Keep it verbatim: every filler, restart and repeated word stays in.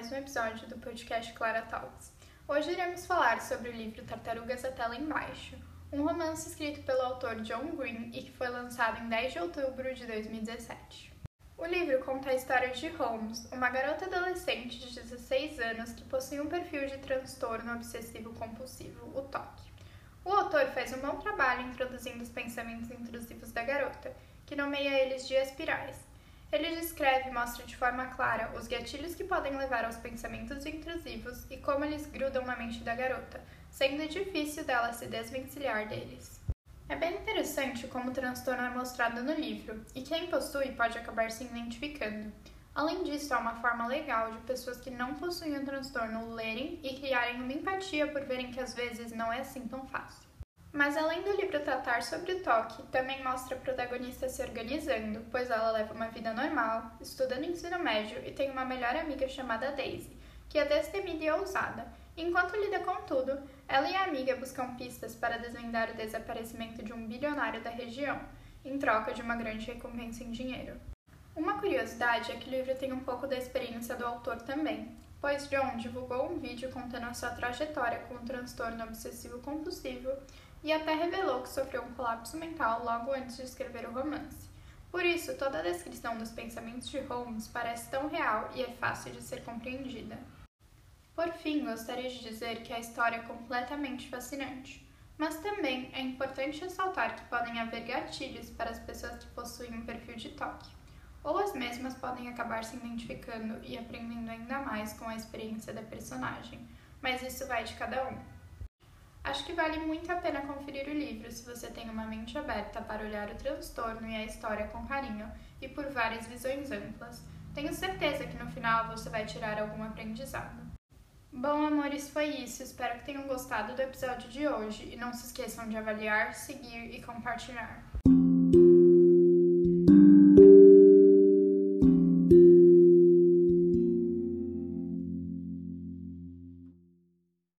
mais um episódio do podcast Clara Talks. Hoje iremos falar sobre o livro Tartarugas até lá embaixo, um romance escrito pelo autor John Green e que foi lançado em dez de outubro de dois mil e dezessete. O livro conta a história de Holmes, uma garota adolescente de dezesseis anos que possui um perfil de transtorno obsessivo-compulsivo, o T O C. O autor faz um bom trabalho introduzindo os pensamentos intrusivos da garota, que nomeia eles de espirais. Ele descreve e mostra de forma clara os gatilhos que podem levar aos pensamentos intrusivos e como eles grudam na mente da garota, sendo difícil dela se desvencilhar deles. É bem interessante como o transtorno é mostrado no livro, e quem possui pode acabar se identificando. Além disso, há uma forma legal de pessoas que não possuem o transtorno lerem e criarem uma empatia por verem que às vezes não é assim tão fácil. Mas além do livro tratar sobre o T O C, também mostra a protagonista se organizando, pois ela leva uma vida normal, estuda no ensino médio e tem uma melhor amiga chamada Daisy, que é destemida e ousada. Enquanto lida com tudo, ela e a amiga buscam pistas para desvendar o desaparecimento de um bilionário da região, em troca de uma grande recompensa em dinheiro. Uma curiosidade é que o livro tem um pouco da experiência do autor também, pois John divulgou um vídeo contando a sua trajetória com o transtorno obsessivo-compulsivo e até revelou que sofreu um colapso mental logo antes de escrever o romance. Por isso, toda a descrição dos pensamentos de Holmes parece tão real e é fácil de ser compreendida. Por fim, gostaria de dizer que a história é completamente fascinante, mas também é importante ressaltar que podem haver gatilhos para as pessoas que possuem um perfil de T O C, ou as mesmas podem acabar se identificando e aprendendo ainda mais com a experiência da personagem, mas isso vai de cada um. Acho que vale muito a pena conferir o livro se você tem uma mente aberta para olhar o transtorno e a história com carinho e por várias visões amplas. Tenho certeza que no final você vai tirar algum aprendizado. Bom, amores, foi isso. Espero que tenham gostado do episódio de hoje e não se esqueçam de avaliar, seguir e compartilhar.